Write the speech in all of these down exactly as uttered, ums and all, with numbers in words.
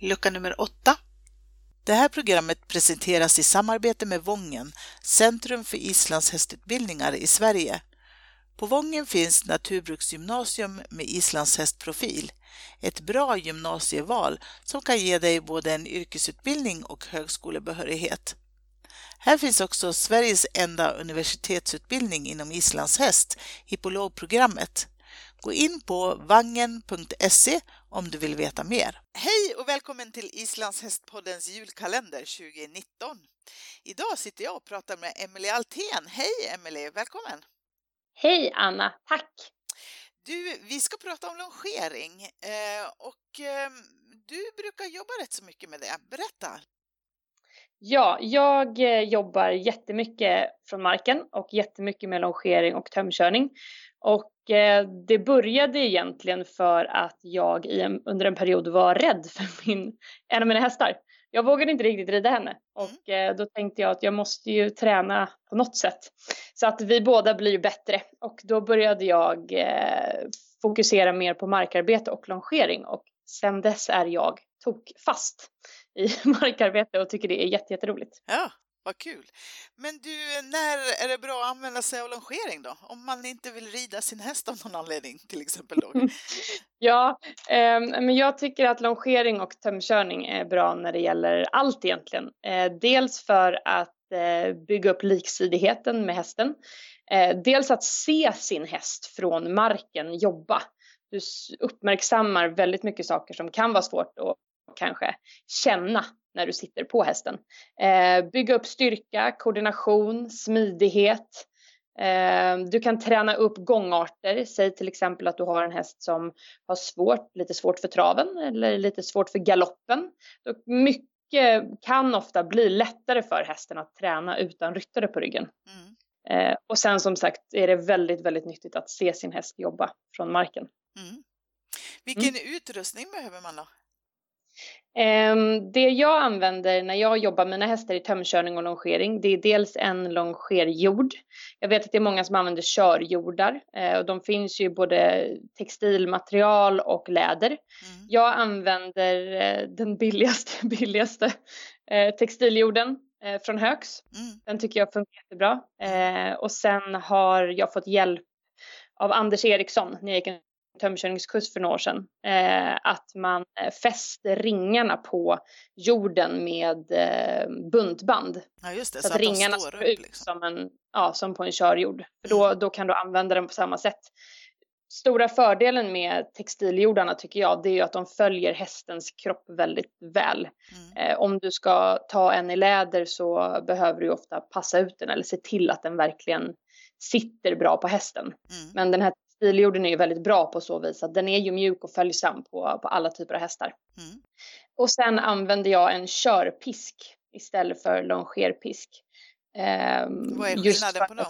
lucka nummer åtta. Det här programmet presenteras i samarbete med Vången, Centrum för islandshästutbildningar i Sverige. På Vången finns Naturbruksgymnasium med islandshästprofil. Ett bra gymnasieval som kan ge dig både en yrkesutbildning och högskolebehörighet. Här finns också Sveriges enda universitetsutbildning inom islandshäst, hippologprogrammet. Gå in på vangen punkt se om du vill veta mer. Hej och välkommen till Islandshästpoddens julkalender tjugonitton. Idag sitter jag och pratar med Emelie Altén. Hej Emelie, välkommen! Hej Anna, tack! Du, vi ska prata om longering eh, och eh, du brukar jobba rätt så mycket med det. Berätta! Ja, jag jobbar jättemycket från marken och jättemycket med longering och tömkörning. Och eh, det började egentligen för att jag i en, under en period var rädd för min, en av mina hästar. Jag vågade inte riktigt rida henne och eh, då tänkte jag att jag måste ju träna på något sätt. Så att vi båda blir bättre och då började jag eh, fokusera mer på markarbete och longering och sen dess är jag tok fast i markarbete och tycker det är jätte, jätteroligt. Ja, vad kul. Men du, när är det bra att använda sig av longering då? Om man inte vill rida sin häst av någon anledning till exempel då? Ja, eh, men jag tycker att longering och tömkörning är bra när det gäller allt egentligen. Eh, dels för att eh, bygga upp liksidigheten med hästen. Eh, dels att se sin häst från marken jobba. Du uppmärksammar väldigt mycket saker som kan vara svårt att kanske känna när du sitter på hästen. Eh, bygga upp styrka, koordination, smidighet. Eh, du kan träna upp gångarter. Säg till exempel att du har en häst som har svårt, lite svårt för traven eller lite svårt för galoppen. Då mycket kan ofta bli lättare för hästen att träna utan ryttare på ryggen. Mm. Eh, och sen som sagt är det väldigt, väldigt nyttigt att se sin häst jobba från marken. Mm. Vilken mm. utrustning behöver man då? Det jag använder när jag jobbar med mina hästar i tömkörning och longering, det är dels en longerjord. Jag vet att det är många som använder körjordar och de finns ju både textilmaterial och läder. Mm. Jag använder den billigaste, billigaste textiljorden från Högs. Mm. Den tycker jag funkar jättebra. Och sen har jag fått hjälp av Anders Eriksson när jag gick en tömkörningskurs för några år sedan, eh, att man fäster ringarna på jorden med eh, buntband. Ja, just det, så, så att, att ringarna står står upp, ut liksom. som, en, ja, som på en körjord. För då, då kan du använda den på samma sätt. Stora fördelen med textiljordarna tycker jag, det är ju att de följer hästens kropp väldigt väl. Mm. Eh, om du ska ta en i läder så behöver du ofta passa ut den eller se till att den verkligen sitter bra på hästen. Mm. Men den här textiljorden är ju väldigt bra på så vis att den är ju mjuk och följsam på, på alla typer av hästar. Mm. Och sen använder jag en körpisk istället för longerpisk. Eh, Vad är skillnaden på dem?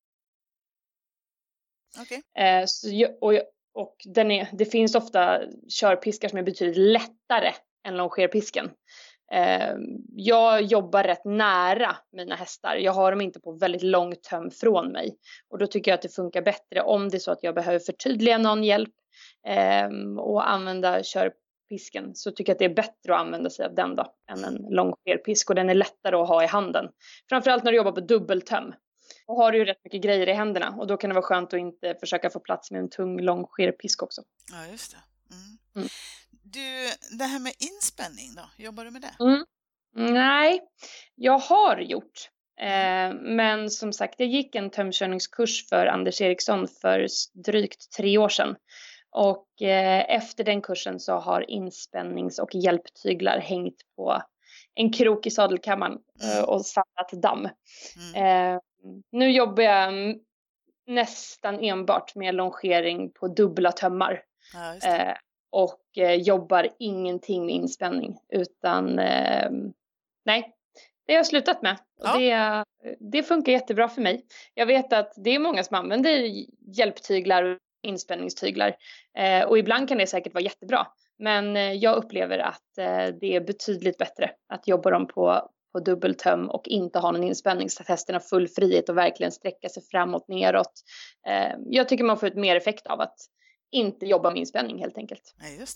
Okay. Eh, så, och och den är, det finns ofta körpiskar som är betydligt lättare än longerpisken. Eh, jag jobbar rätt nära mina hästar. Jag har dem inte på väldigt långt töm från mig. Och då tycker jag att det funkar bättre om det är så att jag behöver förtydliga någon hjälp eh, och använda körpisken. Så tycker jag att det är bättre att använda sig av den då än en longerpisk. Och den är lättare att ha i handen. Framförallt när du jobbar på dubbeltöm. Då har du ju rätt mycket grejer i händerna. Och då kan det vara skönt att inte försöka få plats med en tung longerpisk också. Ja, just det. Mm. Mm. Du, det här med inspänning då, jobbar du med det? Mm. Nej, jag har gjort. Eh, men som sagt, jag gick en tömkörningskurs för Anders Eriksson för drygt tre år sedan. Och eh, efter den kursen så har inspännings- och hjälptyglar hängt på en krok i sadelkammaren eh, och samlat damm. Mm. Eh, nu jobbar jag nästan enbart med longering på dubbla tömmar. Ja, just det. Eh, och eh, jobbar ingenting med inspänning utan eh, nej, det har jag slutat med och ja. det, det funkar jättebra för mig. Jag vet att det är många som använder hjälptyglar och inspänningstyglar eh, och ibland kan det säkert vara jättebra, men eh, jag upplever att eh, det är betydligt bättre att jobba dem på, på dubbeltöm och inte ha någon inspänning så att hästen har full frihet och verkligen sträcka sig framåt, neråt. Eh, jag tycker man får ett mer effekt av att inte jobba med inspänning helt enkelt. Nej, just det.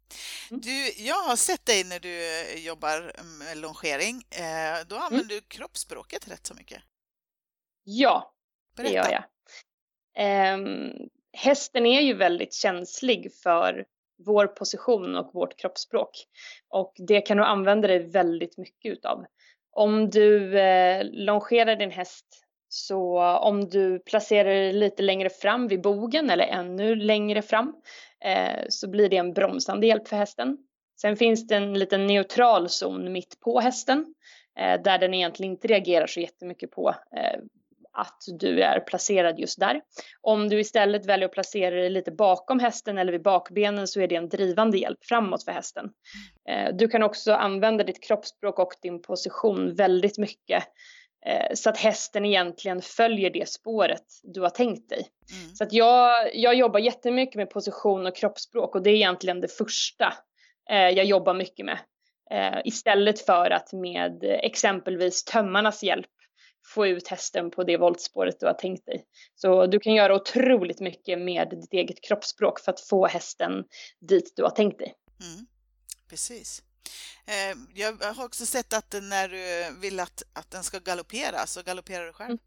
Mm. Du, jag har sett dig när du jobbar med longering. Då använder Mm. du kroppsspråket rätt så mycket. Ja, Berätta. det gör jag. Um, hästen är ju väldigt känslig för vår position och vårt kroppsspråk. Och det kan du använda dig väldigt mycket utav. Om du eh, longerar din häst, så om du placerar dig lite längre fram vid bogen eller ännu längre fram, eh, så blir det en bromsande hjälp för hästen. Sen finns det en liten neutral zon mitt på hästen, eh, där den egentligen inte reagerar så jättemycket på eh, att du är placerad just där. Om du istället väljer att placera dig lite bakom hästen eller vid bakbenen, så är det en drivande hjälp framåt för hästen. Eh, du kan också använda ditt kroppsspråk och din position väldigt mycket, eh, så att hästen egentligen följer det spåret du har tänkt dig. Mm. Så att jag, jag jobbar jättemycket med position och kroppsspråk, och det är egentligen det första eh, jag jobbar mycket med. Eh, istället för att med exempelvis tömmarnas hjälp få ut hästen på det voltspåret du har tänkt dig. Så du kan göra otroligt mycket med ditt eget kroppsspråk för att få hästen dit du har tänkt dig. Mm, precis. Eh, jag har också sett att när du vill att, att den ska galoppera, så galopperar du själv.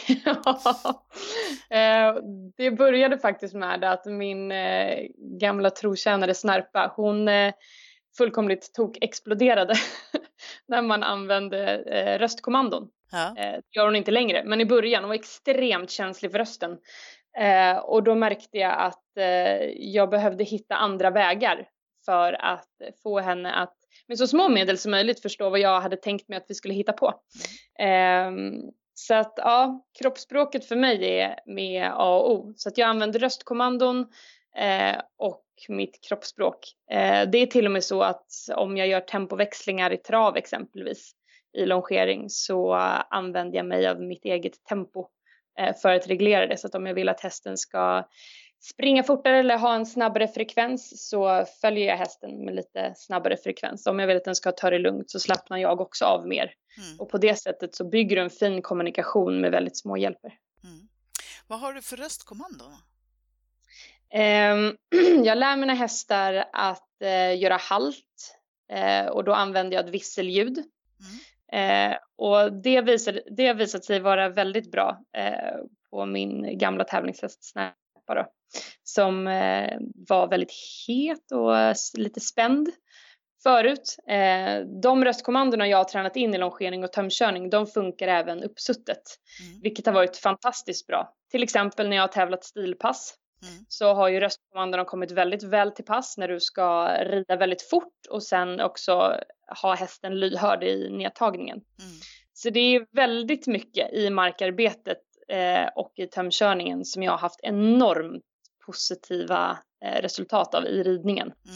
eh, det började faktiskt med att min eh, gamla trotjänare Snärpa, hon eh, fullkomligt tog exploderade när man använde eh, röstkommandon. Ja. Eh, det gör hon inte längre, men i början hon var extremt känslig för rösten. Eh, och då märkte jag att eh, jag behövde hitta andra vägar för att få henne att med så små medel som möjligt förstå vad jag hade tänkt mig att vi skulle hitta på. Mm. Eh, så att ja, kroppsspråket för mig är med A och O. Så att jag använder röstkommandon eh, och mitt kroppsspråk. Eh, det är till och med så att om jag gör tempoväxlingar i trav exempelvis i longering, så använder jag mig av mitt eget tempo eh, för att reglera det. Så att om jag vill att hästen ska springa fortare eller ha en snabbare frekvens, så följer jag hästen med lite snabbare frekvens. Om jag vill att den ska ta det lugnt, så slappnar jag också av mer. Mm. Och på det sättet så bygger du en fin kommunikation med väldigt små hjälper. Mm. Vad har du för röstkommando? Um, jag lär mina hästar att uh, göra halt, uh, och då använder jag ett visselljud. Mm. Uh, och det, visar, det har visat sig vara väldigt bra uh, på min gamla tävlingshäst Snärpa då, som uh, var väldigt het och uh, lite spänd förut. Uh, de röstkommandona jag har tränat in i longering och tömkörning, de funkar även uppsuttet, mm. vilket har varit fantastiskt bra. Till exempel när jag har tävlat stilpass. Mm. Så har ju röstkommandona kommit väldigt väl till pass när du ska rida väldigt fort och sen också ha hästen lyhörd i nedtagningen. Mm. Så det är väldigt mycket i markarbetet eh, och i tömkörningen som jag har haft enormt positiva eh, resultat av i ridningen. Mm.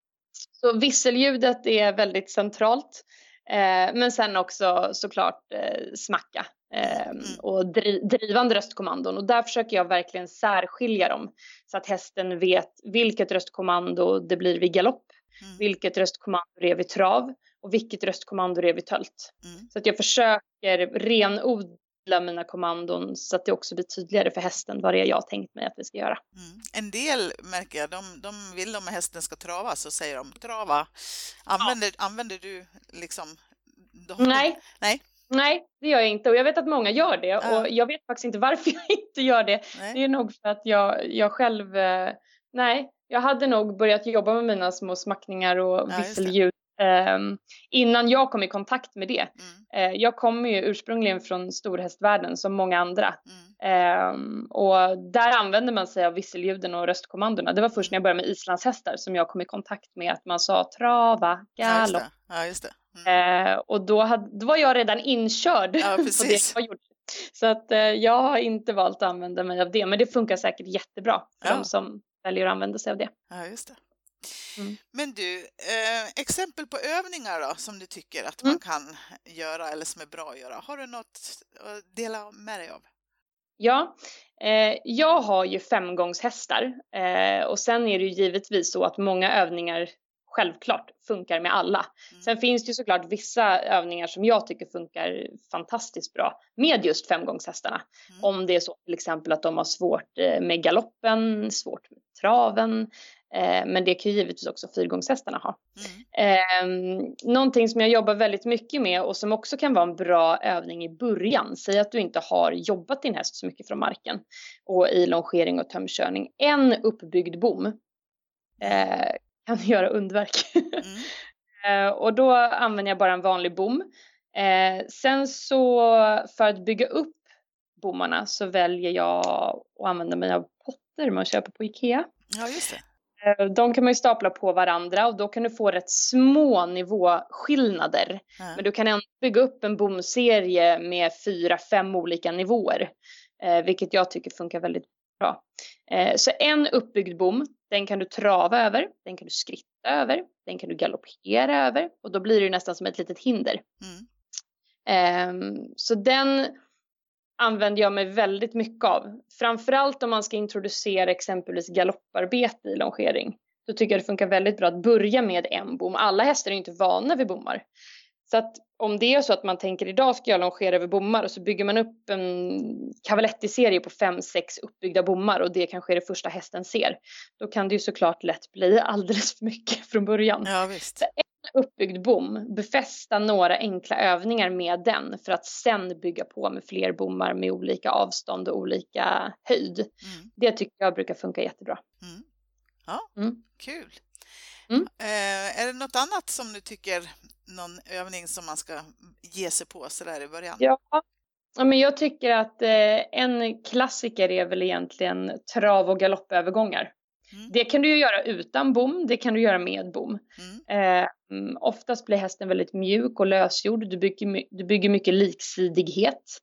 Så visselljudet är väldigt centralt. Eh, men sen också såklart eh, smacka eh, mm. och dri- drivande röstkommandon. Och där försöker jag verkligen särskilja dem. Så att hästen vet vilket röstkommando det blir vid galopp. Mm. Vilket röstkommando det är vid trav. Och vilket röstkommando det är vid tölt. Mm. Så att jag försöker renodla mina kommandon. Så att det också blir tydligare för hästen vad det är jag har tänkt mig att vi ska göra. Mm. En del märker jag, de, de vill om hästen ska trava, så säger de trava. Använder, ja. använder du liksom... De... Nej. Nej. Nej, det gör jag inte. Och jag vet att många gör det. Ja. Och jag vet faktiskt inte varför jag inte gör det. Nej. Det är nog för att jag, jag själv... Eh, nej, jag hade nog börjat jobba med mina små smackningar och ja, visselljud. Eh, innan jag kom i kontakt med det. Mm. Eh, jag kommer ju ursprungligen från storhästvärlden som många andra. Mm. Eh, och där använder man sig av visselljuden och röstkommandona. Det var först när jag började med islandshästar som jag kom i kontakt med att man sa trava, galopp. Ja, just det. Mm. Eh, och då, hade, då var jag redan inkörd ja, på det jag gjorde. Så att eh, jag har inte valt att använda mig av det. Men det funkar säkert jättebra för ja. de som väljer att använda sig av det. Ja, just det. Mm. Men du, eh, exempel på övningar då, som du tycker att man mm. kan göra eller som är bra att göra. Har du något att dela med dig av? Ja, eh, jag har ju femgångshästar eh, och sen är det ju givetvis så att många övningar självklart funkar med alla. Mm. Sen finns det ju såklart vissa övningar som jag tycker funkar fantastiskt bra med just femgångshästarna. Mm. Om det är så till exempel att de har svårt med galoppen, svårt med traven. Eh, men det kan ju givetvis också fyrgångshästarna ha. Mm. Eh, någonting som jag jobbar väldigt mycket med och som också kan vara en bra övning i början. Säg att du inte har jobbat din häst så mycket från marken och i longering och tömkörning. En uppbyggd bom eh, kan göra underverk. Mm. eh, och då använder jag bara en vanlig bom. Eh, sen så för att bygga upp bommarna så väljer jag att använda mig av potter man köper på Ikea. Ja, just det. De kan man ju stapla på varandra och då kan du få rätt små nivåskillnader. Mm. Men du kan ändå bygga upp en bomserie med fyra, fem olika nivåer. Eh, vilket jag tycker funkar väldigt bra. Eh, så en uppbyggd bom, den kan du trava över, den kan du skritta över, den kan du galoppera över. Och då blir det ju nästan som ett litet hinder. Mm. Eh, så den använder jag mig väldigt mycket av. Framförallt om man ska introducera exempelvis galopparbete i longering. Då tycker jag det funkar väldigt bra att börja med en bom. Alla hästar är ju inte vana vid bommar. Så att om det är så att man tänker idag ska jag longera över bommar och så bygger man upp en Cavaletti-serie på fem, sex uppbyggda bommar och det kanske är det första hästen ser. Då kan det ju såklart lätt bli alldeles för mycket från början. Ja, visst. Så en uppbyggd bom, befästa några enkla övningar med den för att sen bygga på med fler bommar med olika avstånd och olika höjd. Mm. Det tycker jag brukar funka jättebra. Mm. Ja, mm. Kul. Mm. Eh, är det något annat som du tycker, någon övning som man ska ge sig på så där i början? Ja, ja men jag tycker att eh, en klassiker är väl egentligen trav- och galoppövergångar. Mm. Det kan du ju göra utan bom, det kan du göra med bom. Mm. Eh, oftast blir hästen väldigt mjuk och lösgjord, du bygger, du bygger mycket liksidighet.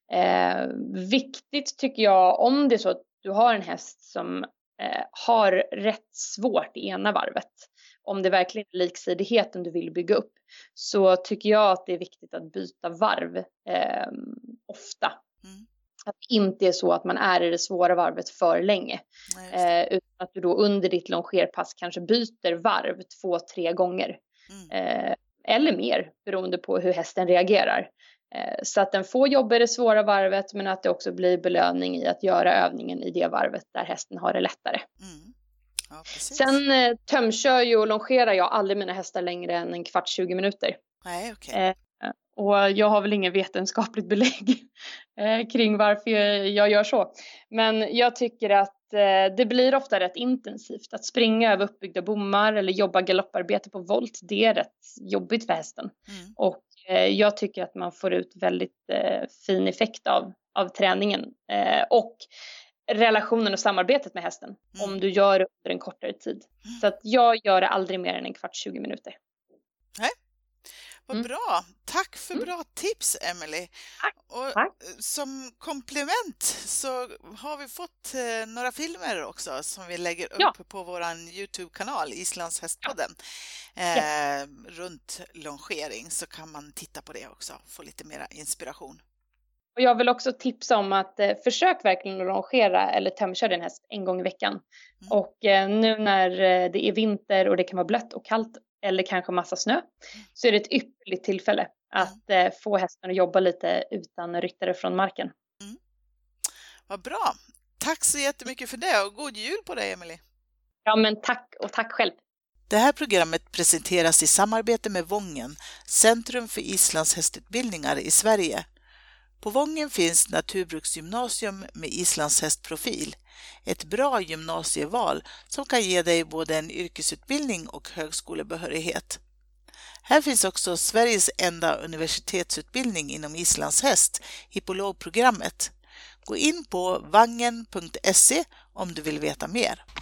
Eh, viktigt tycker jag, om det är så att du har en häst som eh, har rätt svårt i ena varvet, om det verkligen är liksidigheten du vill bygga upp, så tycker jag att det är viktigt att byta varv eh, ofta. Mm. Att det inte är så att man är i det svåra varvet för länge. Nej, eh, utan att du då under ditt longerpass kanske byter varv två, tre gånger. Mm. Eh, eller mer, beroende på hur hästen reagerar. Eh, så att den får jobba i det svåra varvet, men att det också blir belöning i att göra övningen i det varvet där hästen har det lättare. Mm. Ja, sen eh, tömkör ju och longerar jag aldrig mina hästar längre än en kvart, tjugo minuter. Nej, okay. eh, och jag har väl ingen vetenskapligt belägg eh, kring varför jag gör så. Men jag tycker att eh, det blir ofta rätt intensivt. Att springa över uppbyggda bommar eller jobba galopparbete på volt, det är rätt jobbigt för hästen. Mm. Och eh, jag tycker att man får ut väldigt eh, fin effekt av, av träningen. Eh, och relationen och samarbetet med hästen. Mm. Om du gör det under en kortare tid. Mm. Så att jag gör det aldrig mer än en kvart, tjugo minuter. Nej. Vad mm. bra. Tack för mm. bra tips, Emily. Tack. Och Tack. Som komplement så har vi fått eh, några filmer också som vi lägger upp ja. på våran YouTube-kanal, Islands hästpodden. Ja. Eh, ja. Runt longering, så kan man titta på det också och få lite mera inspiration. Och jag vill också tipsa om att eh, försök verkligen att longera eller tömköra din häst en gång i veckan. Mm. Och eh, nu när eh, det är vinter och det kan vara blött och kallt eller kanske massa snö, mm. så är det ett ypperligt tillfälle att eh, få hästen att jobba lite utan ryttare från marken. Mm. Vad bra. Tack så jättemycket för det och god jul på dig, Emily. Ja, men tack och tack själv. Det här programmet presenteras i samarbete med Vången, Centrum för Islands hästutbildningar i Sverige. På Vången finns naturbruksgymnasium med islandshästprofil, ett bra gymnasieval som kan ge dig både en yrkesutbildning och högskolebehörighet. Här finns också Sveriges enda universitetsutbildning inom islandshäst, hippologprogrammet. Gå in på vangen punkt se om du vill veta mer.